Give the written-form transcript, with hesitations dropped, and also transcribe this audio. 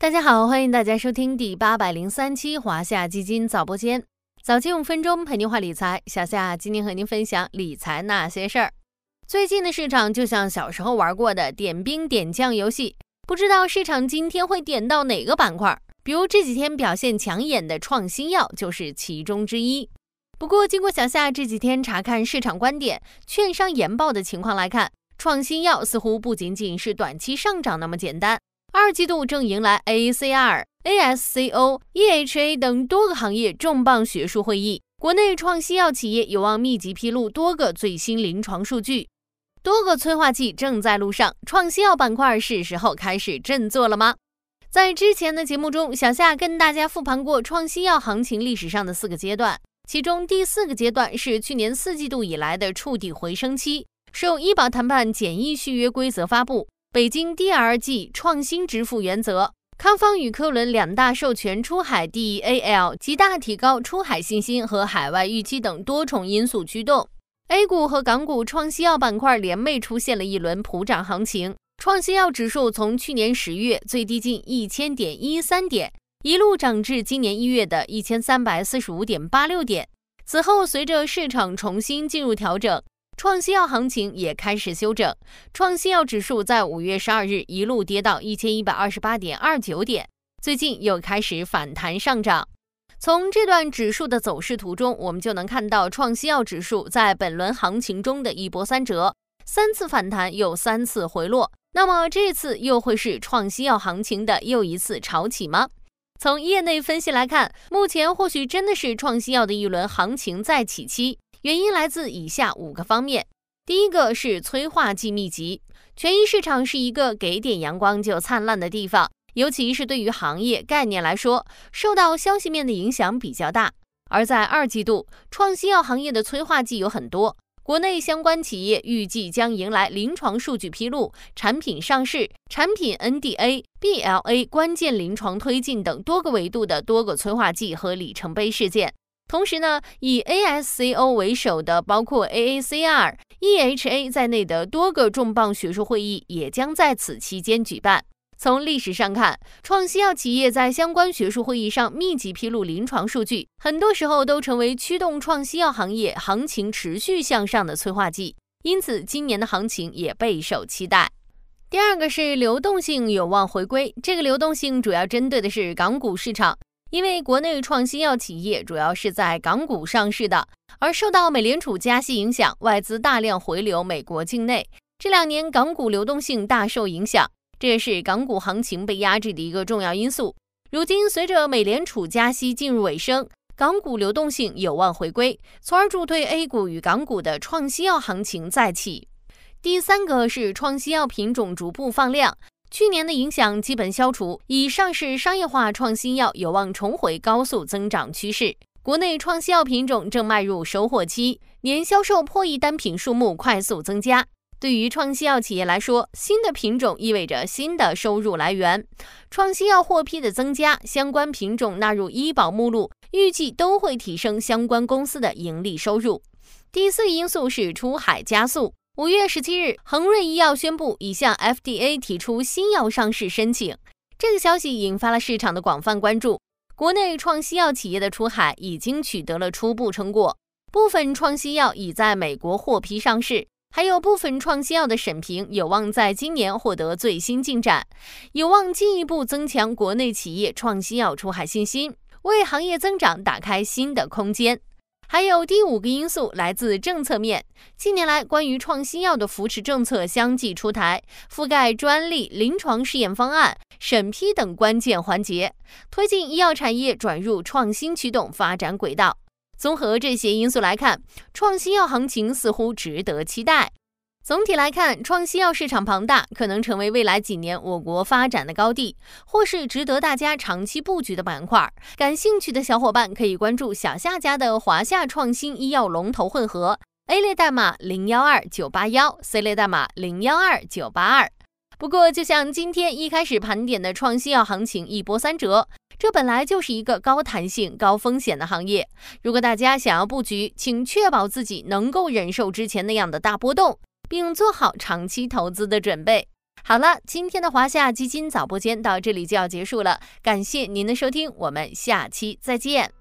大家好，欢迎大家收听第803期华夏基金早播间，早间5分钟陪您话理财。小夏今天和您分享理财那些事儿。最近的市场就像小时候玩过的点兵点将游戏，不知道市场今天会点到哪个板块，比如这几天表现抢眼的创新药就是其中之一。不过经过小夏这几天查看市场观点、券商研报的情况来看，创新药似乎不仅仅是短期上涨那么简单。二季度正迎来 AACR、ASCO、EHA 等多个行业重磅学术会议，国内创新药企业有望密集披露多个最新临床数据。多个催化剂正在路上，创新药板块是时候开始振作了吗？在之前的节目中，小夏跟大家复盘过创新药行情历史上的4个阶段，其中第4个阶段是去年4季度以来的触底回升期，受医保谈判简易续约规则发布、北京 DRG 创新支付原则、康方与科伦2大授权出海 DEAL 极大提高出海信心和海外预期等多重因素驱动， A 股和港股创新药板块联袂出现了一轮普涨行情。创新药指数从去年10月最低近1000.13点，一路涨至今年1月的1345.86点。此后随着市场重新进入调整，创新药行情也开始休整，创新药指数在5月12日一路跌到1128.29点，最近又开始反弹上涨。从这段指数的走势图中，我们就能看到创新药指数在本轮行情中的一波三折，3次反弹又3次回落。那么这次又会是创新药行情的又一次潮起吗？从业内分析来看，目前或许真的是创新药的一轮行情再起期，原因来自以下5个方面。第一个是催化剂密集，权益市场是一个给点阳光就灿烂的地方，尤其是对于行业概念来说，受到消息面的影响比较大。而在2季度，创新药行业的催化剂有很多，国内相关企业预计将迎来临床数据披露、产品上市、产品 NDA、BLA 关键临床推进等多个维度的多个催化剂和里程碑事件。同时呢，以 ASCO 为首的包括 AACR、EHA 在内的多个重磅学术会议也将在此期间举办。从历史上看，创新药企业在相关学术会议上密集披露临床数据，很多时候都成为驱动创新药行业行情持续向上的催化剂，因此今年的行情也备受期待。第二个是流动性有望回归，这个流动性主要针对的是港股市场，因为国内创新药企业主要是在港股上市的，而受到美联储加息影响，外资大量回流美国境内，这2年港股流动性大受影响，这也是港股行情被压制的一个重要因素。如今随着美联储加息进入尾声，港股流动性有望回归，从而助推 A 股与港股的创新药行情再起。第3个是创新药品种逐步放量，去年的影响基本消除，以上市商业化创新药有望重回高速增长趋势。国内创新药品种正迈入收获期，年销售破亿单品数目快速增加。对于创新药企业来说，新的品种意味着新的收入来源。创新药获批的增加，相关品种纳入医保目录，预计都会提升相关公司的盈利收入。第4个因素是出海加速。5月17日，恒瑞医药宣布已向 FDA 提出新药上市申请，这个消息引发了市场的广泛关注。国内创新药企业的出海已经取得了初步成果，部分创新药已在美国获批上市，还有部分创新药的审评有望在今年获得最新进展，有望进一步增强国内企业创新药出海信心，为行业增长打开新的空间。还有第5个因素来自政策面，近年来关于创新药的扶持政策相继出台，覆盖专利、临床试验方案、审批等关键环节，推进医药产业转入创新驱动发展轨道。综合这些因素来看，创新药行情似乎值得期待。总体来看，创新药市场庞大，可能成为未来几年我国发展的高地，或是值得大家长期布局的板块。感兴趣的小伙伴可以关注小夏家的华夏创新医药龙头混合 ，A 类代码012981，C 类代码012982。不过，就像今天一开始盘点的创新药行情一波三折，这本来就是一个高弹性、高风险的行业。如果大家想要布局，请确保自己能够忍受之前那样的大波动，并做好长期投资的准备。 好了，今天的华夏基金早播间到这里就要结束了，感谢您的收听，我们下期再见。